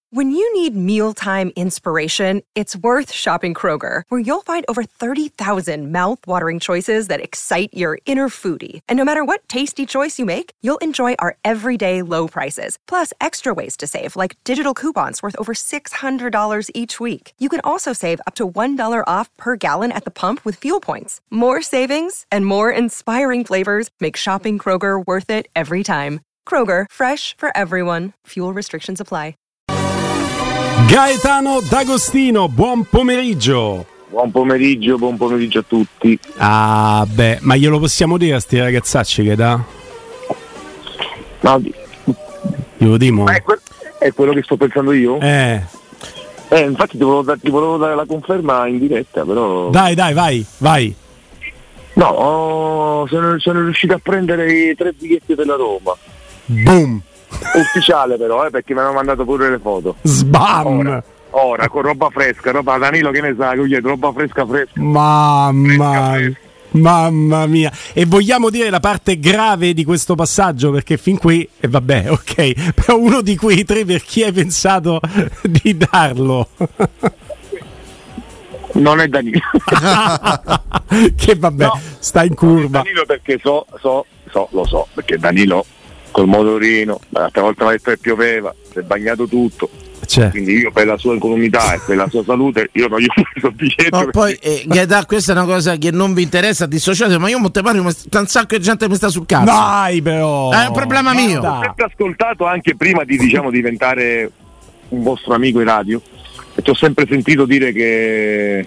When you need mealtime inspiration, it's worth shopping Kroger, where you'll find over 30,000 mouth-watering choices that excite your inner foodie. And no matter what tasty choice you make, you'll enjoy our everyday low prices, plus extra ways to save, like digital coupons worth over $600 each week. You can also save up to $1 off per gallon at the pump with fuel points. More savings and more inspiring flavors make shopping Kroger worth it every time. Kroger, fresh for everyone. Fuel restrictions apply. Gaetano D'Agostino, buon pomeriggio. Buon pomeriggio a tutti. Ah, beh, ma glielo possiamo dire a sti ragazzacci che dà? No, glielo dimo? È quello che sto pensando io? Infatti ti volevo dare la conferma in diretta, però... Dai, vai. No, sono riuscito a prendere i 3 biglietti della Roma. Boom! Ufficiale però, perché mi hanno mandato pure le foto. Sbam! Ora con roba fresca, roba Danilo che ne sa, roba fresca. Mamma mia. E vogliamo dire la parte grave di questo passaggio, perché fin qui, vabbè, ok, però uno di quei 3 per chi hai pensato di darlo? Non è Danilo. Che vabbè, no, sta in curva. Danilo perché lo so, perché Danilo col motorino, l'altra volta mi ha detto che pioveva, si è bagnato tutto. Quindi io per la sua incolumità e per la sua salute io non gli ho preso il biglietto. No, poi questa è una cosa che non vi interessa, dissociate, ma io a Montemario c'è un sacco di gente che mi sta sul cazzo. Dai, però è un problema mio. Ho sempre ascoltato anche prima di diventare un vostro amico in radio, e ti ho sempre sentito dire che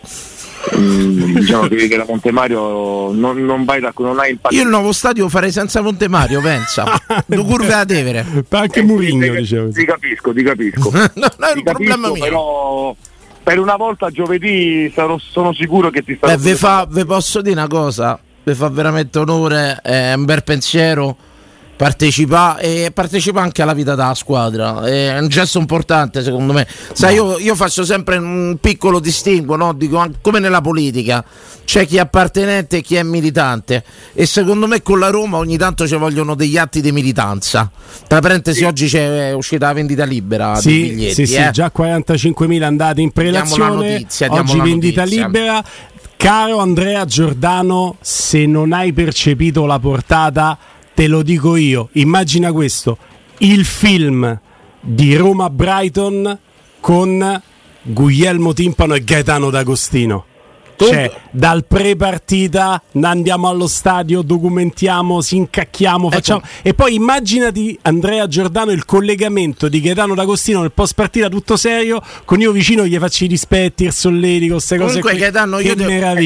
che la Montemario non vai non hai impatto. Io il nuovo stadio farei senza Montemario, pensa. Due curve a Tevere. Anche Mourinho dicevo. Ti capisco. No, è un problema mio. Però per una volta giovedì sono sicuro che ti sta. Vi posso dire una cosa, vi fa veramente onore, è un bel pensiero. Partecipa anche alla vita della squadra, è un gesto importante secondo me. Sai, io faccio sempre un piccolo distinguo, no? Dico, come nella politica c'è chi è appartenente e chi è militante, e secondo me con la Roma ogni tanto ci vogliono degli atti di militanza. Tra parentesi, oggi è uscita la vendita libera dei biglietti. Sì, già 45.000 andati in prelazione, oggi vendita libera. Caro Andrea Giordano, se non hai percepito la portata, te lo dico io, immagina questo: il film di Roma-Brighton con Guglielmo Timpano e Gaetano D'Agostino. Cioè, dal pre-partita andiamo allo stadio, documentiamo, si incacchiamo, facciamo. E poi immaginati, Andrea Giordano, il collegamento di Gaetano D'Agostino nel post partita tutto serio, con io vicino gli faccio i rispetti, il solletico, queste cose. Comunque, Gaetano, io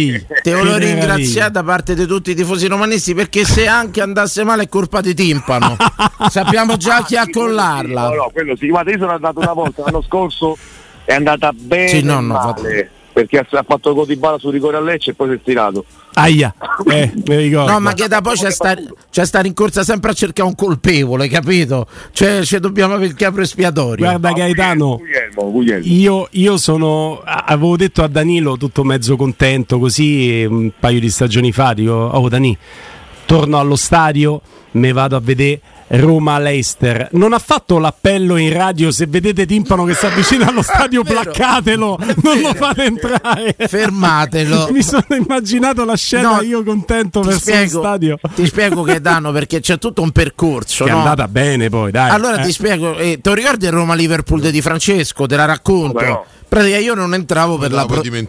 te volevo ringraziare da parte di tutti i tifosi romanisti, perché se anche andasse male è colpa di Timpano. Sappiamo già chi accollarla. No, quello sì. Guarda, io sono andato una volta l'anno scorso, è andata bene, male. Perché ha fatto gol di bala sul rigore a Lecce e poi si è stirato. Aia, mi ricordo. No, ma che da poi c'è sta rincorsa sempre a cercare un colpevole, capito? Cioè dobbiamo avere il capro espiatorio. Guarda, Gaetano, Guglielmo. Io avevo detto a Danilo, tutto mezzo contento così, un paio di stagioni fa, dico: Dani, torno allo stadio, me vado a vedere Roma-Leicester. Non ha fatto l'appello in radio: se vedete Timpano che sta vicino allo stadio, placcatelo, non lo fate entrare, fermatelo. Mi sono immaginato la scena, io contento verso lo stadio. Ti spiego, Gaetano, perché c'è tutto un percorso che è andata bene poi, dai. Allora ti spiego, te lo ricordi il Roma-Liverpool di Francesco? Te la racconto. Pratica, io non entravo per la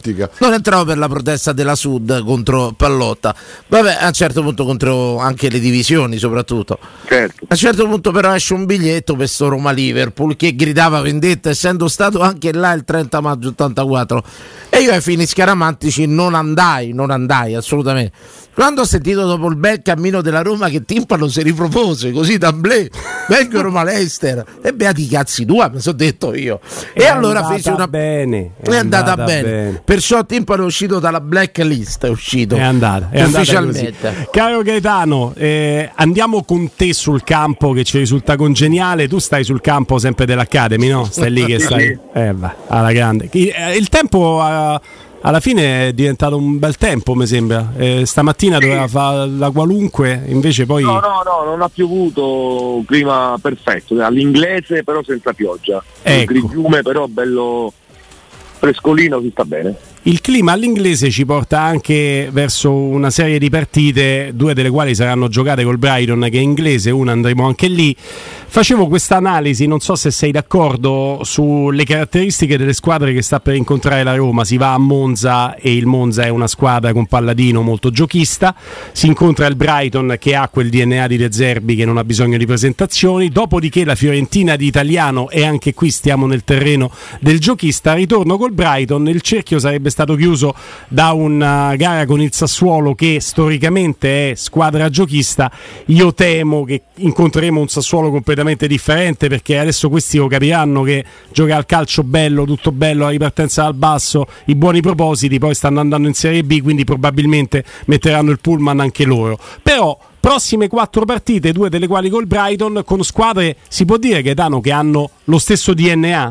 protesta della Sud contro Pallotta. Vabbè, a un certo punto contro anche le divisioni, soprattutto. Certo. A un certo punto però esce un biglietto per sto Roma-Liverpool che gridava vendetta, essendo stato anche là il 30 maggio 84. E io ai fini scaramantici non andai assolutamente. Quando ho sentito dopo il bel cammino della Roma che Timpano si ripropose così d'amblè, vengo Roma-Leicester e beati cazzi tua, mi sono detto io. E allora feci una bene. È andata bene. Perciò Timpano è uscito dalla blacklist, è uscito. È andata ufficialmente. Così. Caro Gaetano, andiamo con te sul campo che ci risulta congeniale. Tu stai sul campo sempre dell'Academy, no? Stai lì che stai. Va, alla grande. Il tempo alla fine è diventato un bel tempo, mi sembra. Stamattina doveva fare la qualunque, invece poi... No, non ha piovuto, clima perfetto, all'inglese però senza pioggia. Ecco. Il grigiume però bello frescolino, si sta bene. Il clima all'inglese ci porta anche verso una serie di partite, 2 delle quali saranno giocate col Brighton, che è inglese, una andremo anche lì. Facevo questa analisi, non so se sei d'accordo, sulle caratteristiche delle squadre che sta per incontrare la Roma. Si va a Monza e il Monza è una squadra con Palladino molto giochista, si incontra il Brighton che ha quel DNA di De Zerbi che non ha bisogno di presentazioni, dopodiché la Fiorentina di Italiano, e anche qui stiamo nel terreno del giochista. Ritorno col Brighton, il cerchio sarebbe stato chiuso da una gara con il Sassuolo che storicamente è squadra giochista. Io temo che incontreremo un Sassuolo completamente differente, perché adesso questi lo capiranno che gioca al calcio bello, tutto bello, la ripartenza dal basso, i buoni propositi, poi stanno andando in Serie B, quindi probabilmente metteranno il pullman anche loro. Però prossime 4 partite, 2 delle quali col Brighton, con squadre, si può dire, Gaetano, che hanno lo stesso DNA?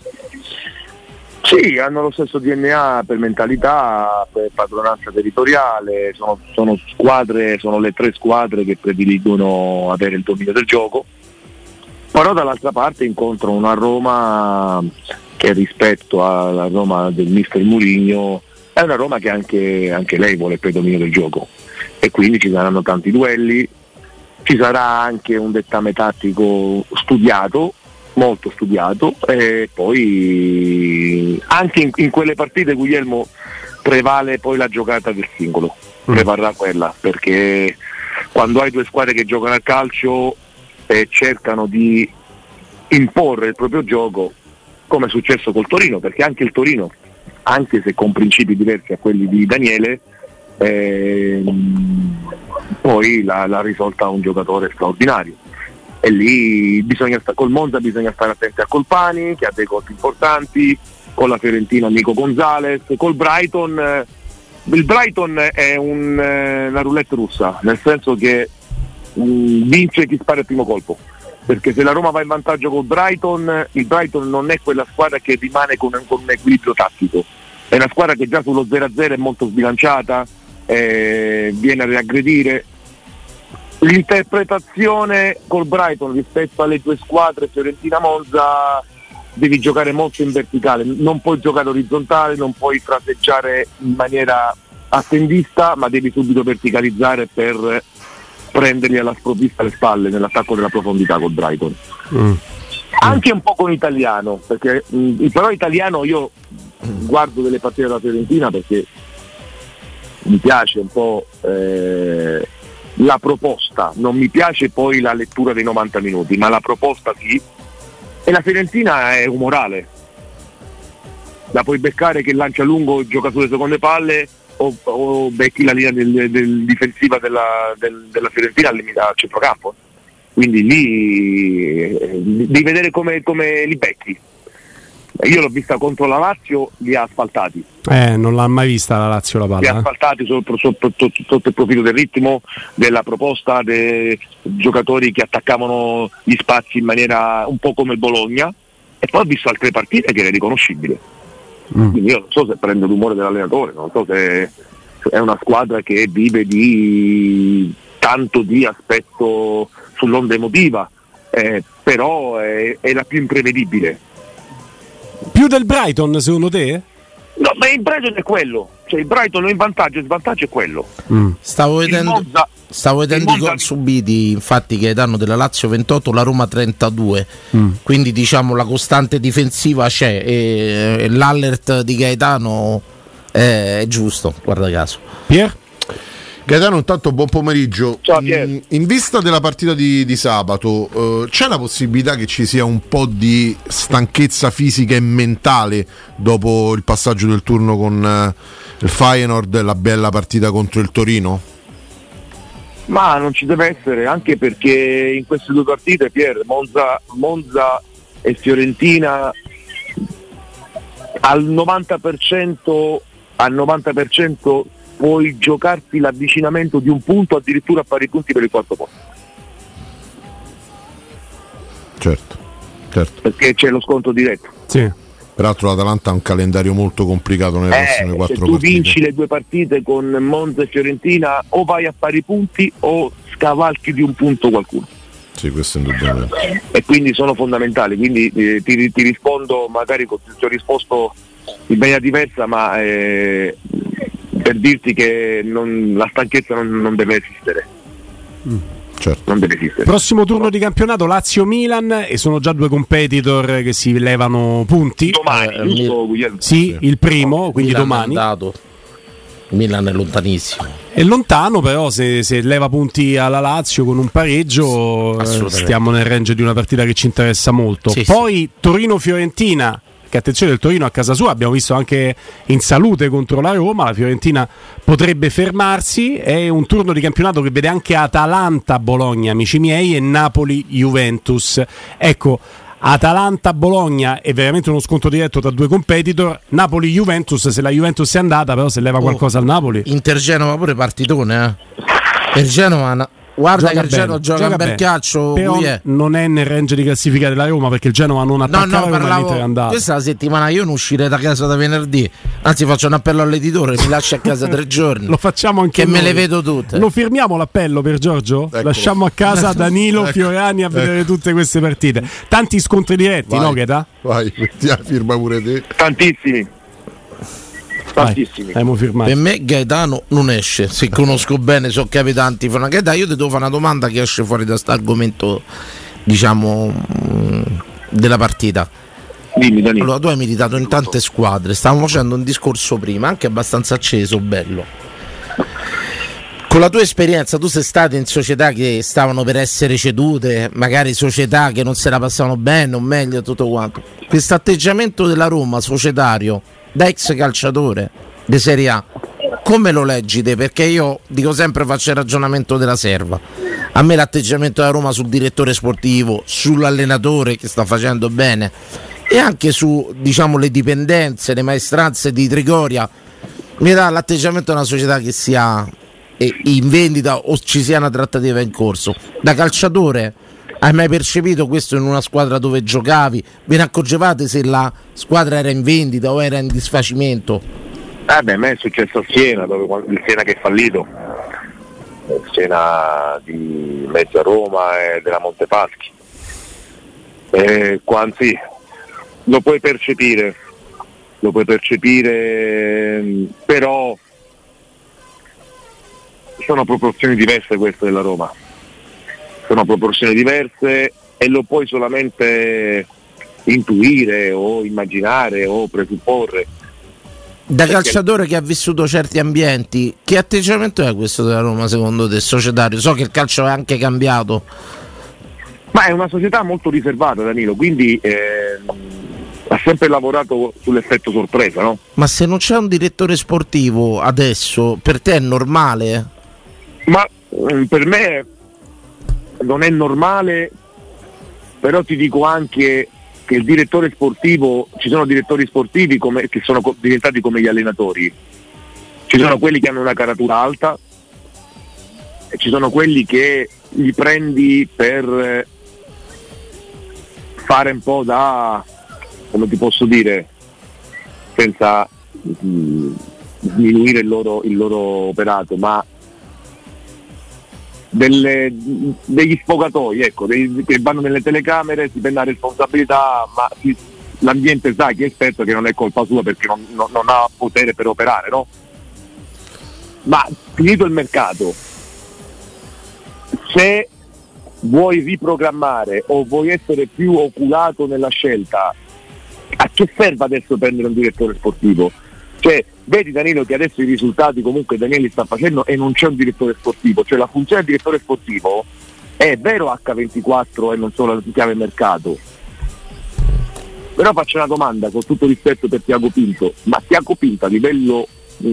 Sì, hanno lo stesso DNA per mentalità, per padronanza territoriale, sono squadre, sono le 3 squadre che prediligono avere il dominio del gioco, però dall'altra parte incontro una Roma che rispetto alla Roma del mister Mourinho è una Roma che anche lei vuole il predominio del gioco, e quindi ci saranno tanti duelli, ci sarà anche un dettame tattico studiato, molto studiato, e poi anche in quelle partite, Guglielmo, prevale poi la giocata del singolo, prevarrà quella, perché quando hai 2 squadre che giocano a calcio e cercano di imporre il proprio gioco, come è successo col Torino, perché anche il Torino, anche se con principi diversi a quelli di Daniele, poi l'ha risolta un giocatore straordinario. E lì col Monza bisogna stare attenti a Colpani, che ha dei colpi importanti, con la Fiorentina Nico Gonzalez, col Brighton. Il Brighton è una roulette russa, nel senso che vince chi spara il primo colpo, perché se la Roma va in vantaggio col Brighton, il Brighton non è quella squadra che rimane con un equilibrio tattico, è una squadra che già sullo 0-0 è molto sbilanciata, viene a riaggredire. L'interpretazione col Brighton rispetto alle 2 squadre Fiorentina-Monza, devi giocare molto in verticale, non puoi giocare orizzontale, non puoi fraseggiare in maniera attendista, ma devi subito verticalizzare per prenderli alla sprovvista alle spalle nell'attacco della profondità col Brighton. Anche un po' con Italiano, perché però Italiano, io guardo delle partite della Fiorentina perché mi piace un po' la proposta, non mi piace poi la lettura dei 90 minuti, ma la proposta sì, e la Fiorentina è umorale, la puoi beccare che lancia lungo, gioca sulle seconde palle, o becchi la linea del difensiva della Fiorentina a centrocampo, quindi lì devi vedere come li becchi. Io l'ho vista contro la Lazio, li ha asfaltati. Non l'ha mai vista la Lazio la palla. Li ha asfaltati sotto il profilo del ritmo, della proposta, dei giocatori che attaccavano gli spazi in maniera un po' come il Bologna, e poi ho visto altre partite che era riconoscibile. Quindi io non so se prende l'umore dell'allenatore, non so se è una squadra che vive di tanto di aspetto sull'onda emotiva, però è la più imprevedibile. Più del Brighton secondo te? No, ma il Brighton è quello, cioè il Brighton è in vantaggio, il svantaggio è quello. Stavo vedendo i gol subiti, infatti, che danno della Lazio 28, la Roma 32, quindi diciamo la costante difensiva c'è, e l'alert di Gaetano è giusto, guarda caso. Pier? Gaetano, intanto buon pomeriggio. Ciao, Pier. In vista della partita di sabato, c'è la possibilità che ci sia un po' di stanchezza fisica e mentale dopo il passaggio del turno con il Feyenoord e la bella partita contro il Torino? Ma non ci deve essere, anche perché in queste 2 partite, Pier, Monza e Fiorentina al 90% puoi giocarti l'avvicinamento di un punto, addirittura a pari punti per il 4 posto. Certo. Perché c'è lo scontro diretto. Sì. Peraltro l'Atalanta ha un calendario molto complicato nelle prossime 4 partite. Se tu vinci le 2 partite con Monza e Fiorentina, o vai a pari punti o scavalchi di un punto qualcuno. Sì, questo indubbiamente. E quindi sono fondamentali, quindi ti rispondo, magari ti ho risposto in maniera diversa, ma per dirti che la stanchezza non deve esistere. Certo. Non deve esistere. Prossimo turno di campionato Lazio-Milan, e sono già 2 competitor che si levano punti. Domani, giusto, Guglielmo? Sì, il primo, quindi Milan domani. Milan è lontanissimo. È lontano, però se leva punti alla Lazio con un pareggio stiamo nel range di una partita che ci interessa molto. Sì, poi Torino-Fiorentina, che attenzione, il Torino a casa sua, abbiamo visto anche in salute contro la Roma, la Fiorentina potrebbe fermarsi. È un turno di campionato che vede anche Atalanta-Bologna, amici miei, e Napoli-Juventus. Ecco, Atalanta-Bologna è veramente uno scontro diretto tra 2 competitor. Napoli-Juventus, se la Juventus è andata, però se leva qualcosa al Napoli. Inter-Genova pure partitone, Per Genova, guarda che il Genoa gioca un bel calcio, però non è nel range di classifica della Roma, perché il Genoa non attaccava l'Inter è andato. Questa settimana io non uscirei da casa da venerdì, anzi faccio un appello all'editore, mi lascia a casa 3 giorni. Lo facciamo anche che noi. Me le vedo tutte. Lo firmiamo l'appello per Giorgio? Eccolo. Lasciamo a casa Danilo Fiorani a vedere tutte queste partite. Tanti scontri diretti, no Cheta? Vai, firma pure te. Tantissimi. Abbiamo firmato. Per me Gaetano non esce, se conosco bene, so capitanti. Gaetano, io ti devo fare una domanda che esce fuori da questo argomento, diciamo, della partita. Dimmi, Danilo. Allora, tu hai militato in tante squadre, stavamo facendo un discorso prima, anche abbastanza acceso, bello. Con la tua esperienza, tu sei stato in società che stavano per essere cedute, magari società che non se la passavano bene o meglio, tutto quanto. Questo atteggiamento della Roma societario, da ex calciatore di Serie A, come lo leggi te? Perché io dico sempre, faccio il ragionamento della serva. A me l'atteggiamento della Roma sul direttore sportivo, sull'allenatore che sta facendo bene, e anche su, diciamo, le dipendenze, le maestranze di Trigoria, mi dà l'atteggiamento di una società che sia in vendita o ci sia una trattativa in corso. Da calciatore, hai mai percepito questo in una squadra dove giocavi? Ve ne accorgevate se la squadra era in vendita o era in disfacimento? A me è successo a Siena, dove il Siena che è fallito, il Siena di mezzo a Roma e della Montepaschi. Anzi, lo puoi percepire, però sono proporzioni diverse queste della Roma. Sono proporzioni diverse e lo puoi solamente intuire o immaginare o presupporre. Da calciatore che ha vissuto certi ambienti, che atteggiamento è questo della Roma secondo te, societario? So che il calcio è anche cambiato. Ma è una società molto riservata, Danilo, quindi ha sempre lavorato sull'effetto sorpresa, no? Ma se non c'è un direttore sportivo adesso, per te è normale? Ma per me non è normale, però ti dico anche che il direttore sportivo, ci sono direttori sportivi che sono diventati come gli allenatori, ci sono quelli che hanno una caratura alta e ci sono quelli che li prendi per fare un po' da, come ti posso dire, senza diminuire il loro operato, ma degli sfogatoi, ecco, che vanno nelle telecamere, si prende la responsabilità, ma l'ambiente sa che è esperto che non è colpa sua perché non ha potere per operare, no? Ma finito il mercato, se vuoi riprogrammare o vuoi essere più oculato nella scelta, a che serve adesso prendere un direttore sportivo? Cioè, vedi Danilo che adesso i risultati comunque Daniele sta facendo e non c'è un direttore sportivo, cioè la funzione del direttore sportivo è vero H24 e non solo la chiave mercato. Però faccio una domanda con tutto rispetto per Tiago Pinto, ma Tiago Pinto a livello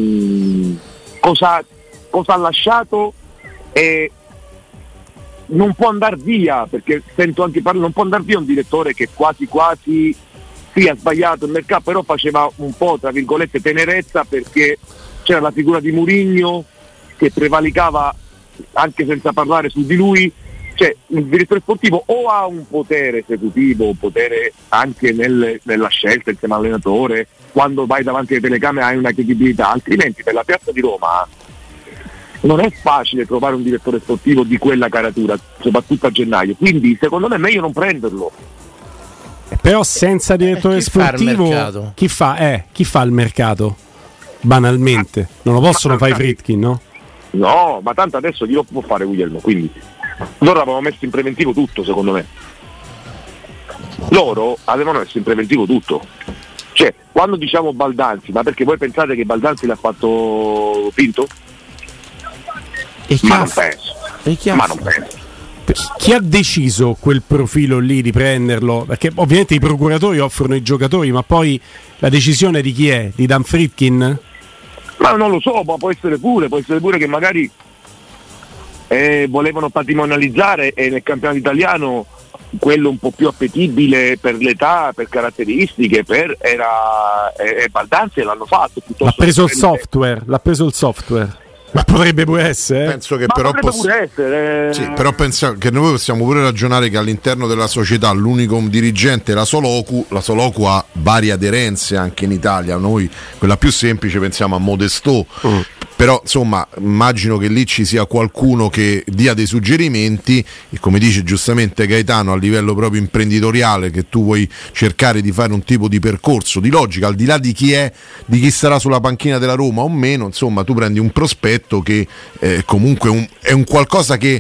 cosa ha lasciato e non può andare via, perché sento anche parlare, non può andare via un direttore che quasi sì, ha sbagliato il mercato, però faceva un po' tra virgolette tenerezza, perché c'era la figura di Mourinho che prevalicava anche senza parlare su di lui, cioè il direttore sportivo o ha un potere esecutivo, un potere anche nella scelta insieme all'allenatore, quando vai davanti alle telecamere hai una credibilità, altrimenti per la piazza di Roma non è facile trovare un direttore sportivo di quella caratura, soprattutto a gennaio, quindi secondo me è meglio non prenderlo. Però senza direttore sportivo chi fa il mercato? Banalmente non lo possono fare i Friedkin, no? No, ma tanto adesso chi lo può fare Guglielmo, quindi loro avevano messo in preventivo tutto, secondo me loro avevano messo in preventivo tutto, cioè quando diciamo Baldanzi, ma perché voi pensate che Baldanzi l'ha fatto Pinto? Ma non penso. Chi ha deciso quel profilo lì di prenderlo? Perché ovviamente i procuratori offrono i giocatori, ma poi la decisione di chi è? Di Dan Friedkin? Ma non lo so, ma può essere pure che magari volevano patrimonializzare e nel campionato italiano quello un po' più appetibile per l'età, per caratteristiche, era Baldanzi e l'hanno fatto. L'ha preso il software. Ma potrebbe pure essere. Penso che però sì, però penso che noi possiamo pure ragionare che all'interno della società l'unico dirigente è la Soloku ha varie aderenze anche in Italia. Noi quella più semplice pensiamo a Modesto. Però insomma immagino che lì ci sia qualcuno che dia dei suggerimenti e come dice giustamente Gaetano, a livello proprio imprenditoriale, che tu vuoi cercare di fare un tipo di percorso di logica al di là di chi sarà sulla panchina della Roma o meno, insomma tu prendi un prospetto che comunque è un qualcosa che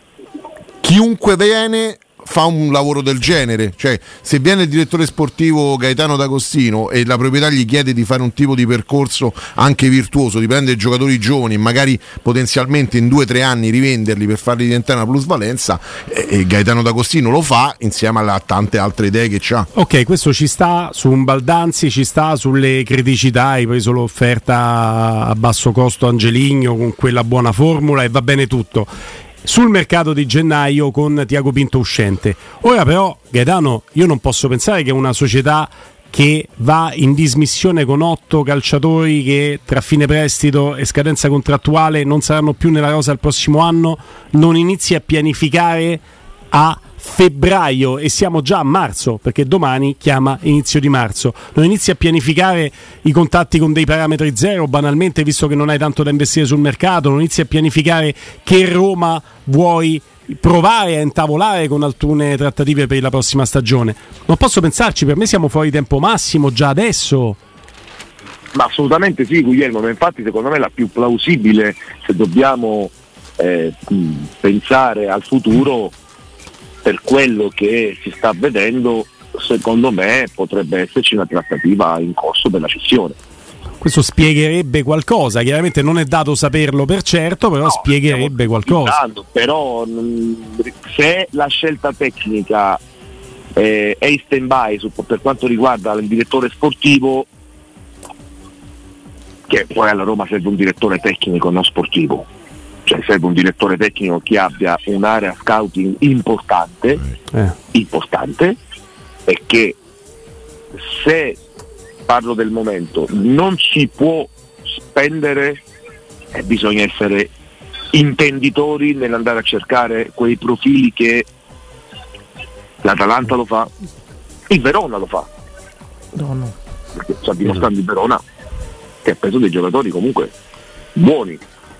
chiunque viene fa un lavoro del genere, cioè se viene il direttore sportivo Gaetano D'Agostino e la proprietà gli chiede di fare un tipo di percorso anche virtuoso, di prendere giocatori giovani e magari potenzialmente in 2 o 3 anni rivenderli per farli diventare una plusvalenza, e Gaetano D'Agostino lo fa insieme a tante altre idee che c'ha. Ok, questo ci sta su un Baldanzi, ci sta sulle criticità, hai preso l'offerta a basso costo Angeligno con quella buona formula e va bene tutto. Sul mercato di gennaio con Tiago Pinto uscente. Ora però, Gaetano, io non posso pensare che una società che va in dismissione con 8 calciatori che tra fine prestito e scadenza contrattuale non saranno più nella rosa il prossimo anno, non inizi a pianificare a febbraio, e siamo già a marzo perché domani chiama inizio di marzo, non inizi a pianificare i contatti con dei parametri zero banalmente, visto che non hai tanto da investire sul mercato, non inizi a pianificare che Roma vuoi provare a intavolare con alcune trattative per la prossima stagione. Non posso pensarci, per me siamo fuori tempo massimo già adesso. Ma assolutamente sì Guglielmo, ma infatti secondo me la più plausibile, se dobbiamo pensare al futuro per quello che si sta vedendo, secondo me potrebbe esserci una trattativa in corso per la cessione. Questo spiegherebbe qualcosa, chiaramente non è dato saperlo per certo, però spiegherebbe qualcosa. Però se la scelta tecnica è in stand-by per quanto riguarda il direttore sportivo, che poi alla Roma serve un direttore tecnico non sportivo, cioè serve un direttore tecnico che abbia un'area scouting importante e che, se parlo del momento, non si può spendere, bisogna essere intenditori nell'andare a cercare quei profili che l'Atalanta lo fa, il Verona lo fa, perché sta dimostrando il Verona che ha preso dei giocatori comunque buoni,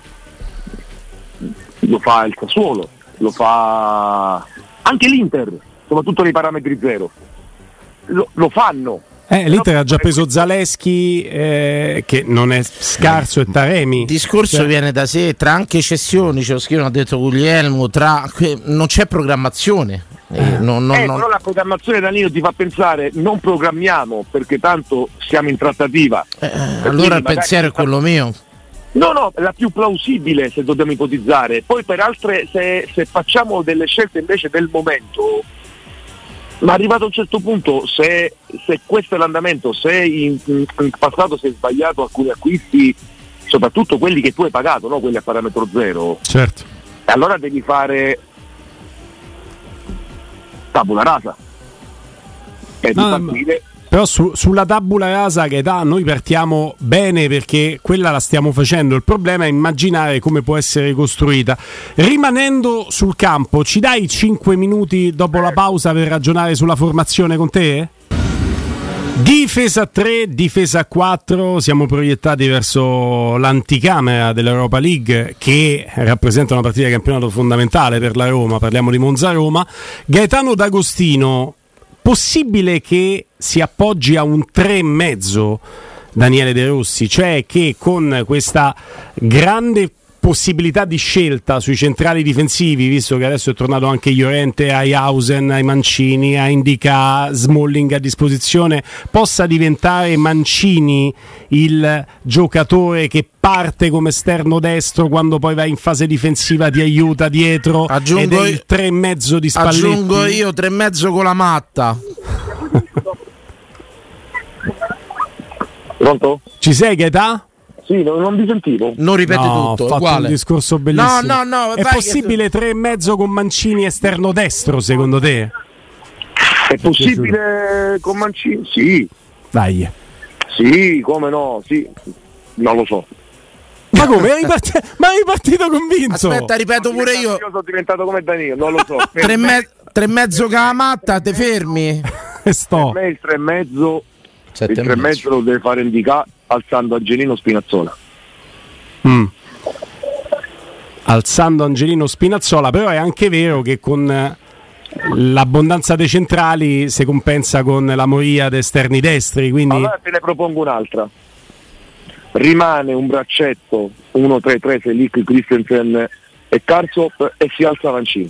lo fa il Sassuolo, lo fa anche l'Inter, soprattutto nei parametri zero, lo fanno. L'Inter ha già preso Zaleschi, che non è scarso, e Taremi. Il discorso viene da sé, tra anche cessioni, ce lo scrivono, ha detto Guglielmo, non c'è programmazione. Però la programmazione, Danilo, ti fa pensare non programmiamo perché tanto siamo in trattativa. Allora il pensiero è quello mio. No, è la più plausibile se dobbiamo ipotizzare. Poi per altre, se facciamo delle scelte invece del momento, ma arrivato a un certo punto, se questo è l'andamento, se in passato si è sbagliato alcuni acquisti, soprattutto quelli che tu hai pagato, no? Quelli a parametro zero, certo, allora devi fare tabula rasa e partire. Però sulla tabula rasa che noi partiamo bene perché quella la stiamo facendo, il problema è immaginare come può essere costruita. Rimanendo sul campo, ci dai 5 minuti dopo la pausa per ragionare sulla formazione con te? Difesa 3, difesa 4, siamo proiettati verso l'anticamera dell'Europa League che rappresenta una partita di campionato fondamentale per la Roma, parliamo di Monza-Roma. Gaetano D'Agostino, possibile che si appoggi a un 3,5 Daniele De Rossi, cioè che con questa grande possibilità di scelta sui centrali difensivi, visto che adesso è tornato anche Llorente, Hausen, ai Mancini, a Indica, Smalling a disposizione, possa diventare Mancini il giocatore che parte come esterno destro, quando poi va in fase difensiva ti aiuta dietro, ed è il 3,5 di Spalletti. Aggiungo io 3,5 con la matta. Pronto? Ci sei, Gaetà? Sì, non vi sentivo. Non ripete tutto. Ho fatto uguale. un discorso bellissimo. No, è possibile 3,5 con Mancini esterno destro, secondo te? È possibile con Mancini? Sì. Dai. Sì, come no? Sì. Non lo so. Ma come? Eri partito convinto? Aspetta, ripeto pure io. Io sono diventato come Danilo, non lo so. 3,5 con la matta, te fermi? Sto. Per me il 3,5 lo deve fare Indica alzando Angelino Spinazzola. Alzando Angelino Spinazzola, però è anche vero che con l'abbondanza dei centrali si compensa con la moria dei esterni destri, quindi... Allora te ne propongo un'altra. Rimane un braccetto 1-3-3 Selic, Christensen e Karsdorp e si alza Mancini.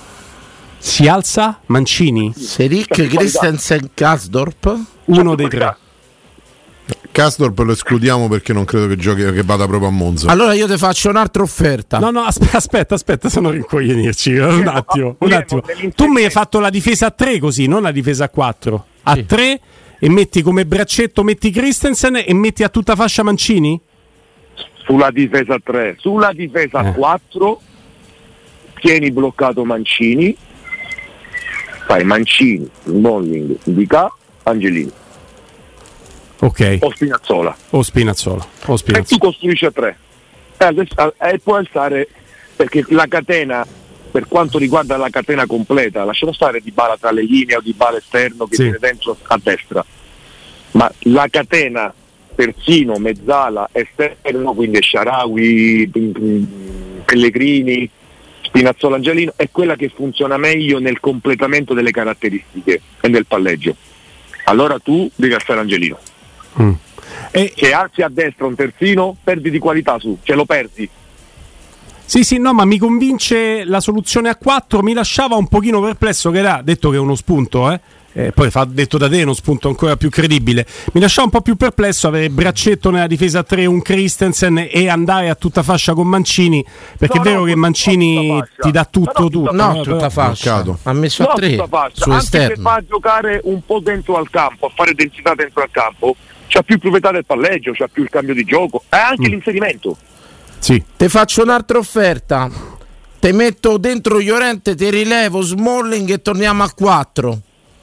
Si alza Mancini? Selic, Christensen, Karsdorp? Uno dei tre. Karsdorp lo escludiamo perché non credo che giochi, che vada proprio a Monza. Allora io ti faccio un'altra offerta. No, aspetta, se non rincoglionirci un attimo. Tu mi hai fatto la difesa a 3 così, non la difesa a 4. A 3 e metti come braccetto, metti Christensen e metti a tutta fascia Mancini? Sulla difesa a 3. Sulla difesa a 4 tieni bloccato Mancini, fai Mancini, Smalling, Indica, Angelini. Ok. O Spinazzola. E tu costruisci a 3 e puoi alzare, perché la catena, per quanto riguarda la catena completa, lasciamo stare Dybala tra le linee o Dybala esterno che viene dentro a destra, ma la catena terzino, mezzala, esterno, quindi Shaarawy, Pellegrini, Spinazzola, Angelino, è quella che funziona meglio nel completamento delle caratteristiche e nel palleggio. Allora tu devi alzare Angelino. Se alzi a destra un terzino, perdi di qualità ce lo perdi. Sì, no, ma mi convince la soluzione a 4, mi lasciava un pochino perplesso, che era detto che è uno spunto, poi detto da te è uno spunto ancora più credibile. Mi lasciava un po' più perplesso avere braccetto nella difesa a 3 un Christensen e andare a tutta fascia con Mancini, perché è vero che Mancini ti dà tutto. Tutta fascia. Ha messo a 3 su esterno. Anche se va a giocare un po' dentro al campo, a fare densità dentro al campo, c'ha più proprietà del palleggio, c'ha più il cambio di gioco e anche l'inserimento. Sì. Ti faccio un'altra offerta. Te metto dentro Llorente, ti rilevo Smalling e torniamo a 4.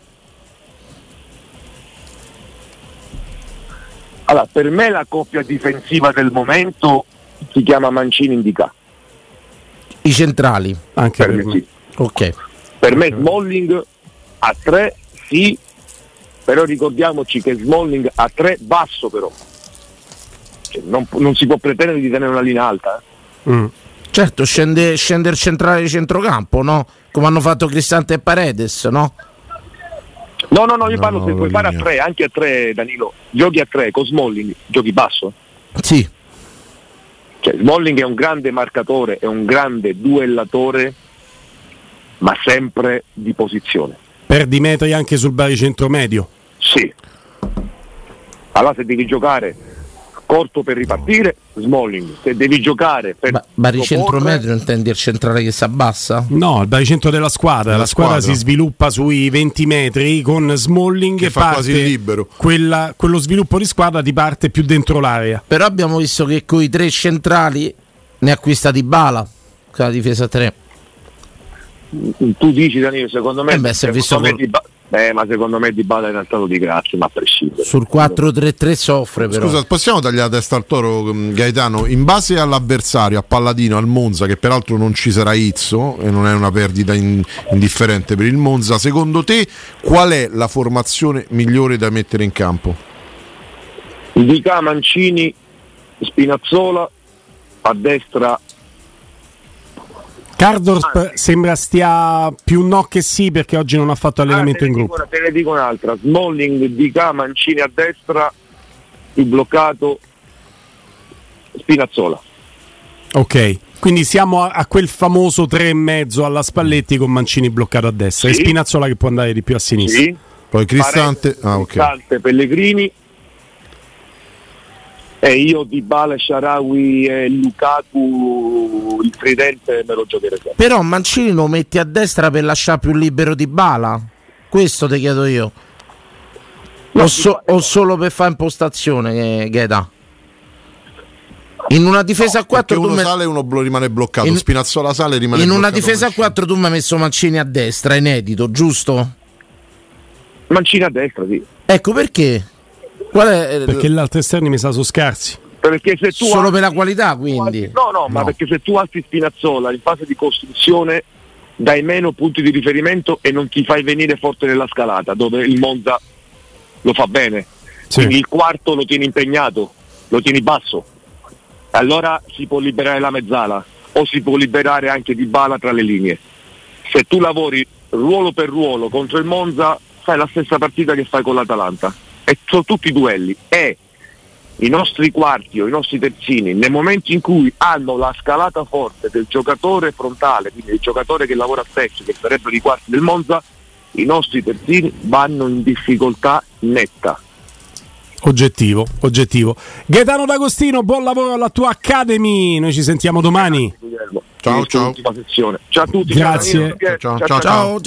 Allora, per me la coppia difensiva del momento si chiama Mancini Indica. I centrali. Anche per me sì. Ok. Per me Smalling a 3 sì, però ricordiamoci che Smalling a 3 basso però. Cioè, non si può pretendere di tenere una linea alta. Certo, scende il centrale di centrocampo, no? Come hanno fatto Cristante e Paredes, no? No, io parlo se puoi fare a 3, anche a 3, Danilo. Giochi a 3 con Smalling, giochi basso? Sì. Cioè, Smalling è un grande marcatore, è un grande duellatore, ma sempre di posizione. Perdi metri anche sul baricentro medio. Sì. Allora se devi giocare corto per ripartire, Smalling. Se devi giocare per baricentro medio intendi il centrale che si abbassa? No, il baricentro della squadra. La squadra si sviluppa sui 20 metri con Smalling che fa parte quasi libero. Quello sviluppo di squadra ti parte più dentro l'area. Però abbiamo visto che con i 3 centrali ne acquista Dybala con la difesa 3. Tu dici, Danilo, secondo me, si è visto ma secondo me Dybala è in stato di grazia, ma a prescindere. Sul 4-3-3 soffre però. Scusa, possiamo tagliare la testa al toro, Gaetano? In base all'avversario, a Palladino, al Monza, che peraltro non ci sarà Izzo e non è una perdita indifferente per il Monza, secondo te qual è la formazione migliore da mettere in campo? Dica, Mancini, Spinazzola, a destra Karsdorp sembra stia più no che sì, perché oggi non ha fatto allenamento in gruppo. Te ne dico un'altra: Smalling, Dica, Mancini a destra, più bloccato Spinazzola. Ok, quindi siamo a quel famoso 3,5 alla Spalletti con Mancini bloccato a destra, sì. E Spinazzola che può andare di più a sinistra. Sì. Poi Cristante, Cristante, Pellegrini. E io Dybala, Shaarawy e Lukaku, il tridente me lo giocherei sempre. Però Mancini lo metti a destra per lasciare più libero Dybala? Questo ti chiedo io. No, o solo per fare impostazione, Gheta? In una difesa a 4 uno sale e uno rimane bloccato. Spinazzola sale e rimane bloccato. In una difesa Mancini. a 4 tu mi hai messo Mancini a destra, inedito, giusto? Mancini a destra, sì. Ecco perché. Qual è? Perché gli altri esterni mi sa sono scarsi. Perché se tu solo per la qualità, quindi. No, ma perché se tu alzi Spinazzola in fase di costruzione dai meno punti di riferimento e non ti fai venire forte nella scalata, dove il Monza lo fa bene. Sì. Quindi il quarto lo tieni impegnato, lo tieni basso. Allora si può liberare la mezzala o si può liberare anche Dybala tra le linee. Se tu lavori ruolo per ruolo contro il Monza, fai la stessa partita che fai con l'Atalanta. E sono tutti duelli. E i nostri quarti o i nostri terzini, nel momento in cui hanno la scalata forte del giocatore frontale, quindi il giocatore che lavora a spesso, che sarebbero i quarti del Monza, i nostri terzini vanno in difficoltà netta. Oggettivo. Gaetano D'Agostino, buon lavoro alla tua Academy. Noi ci sentiamo domani. Ciao. Ciao a tutti. Grazie. Ciao.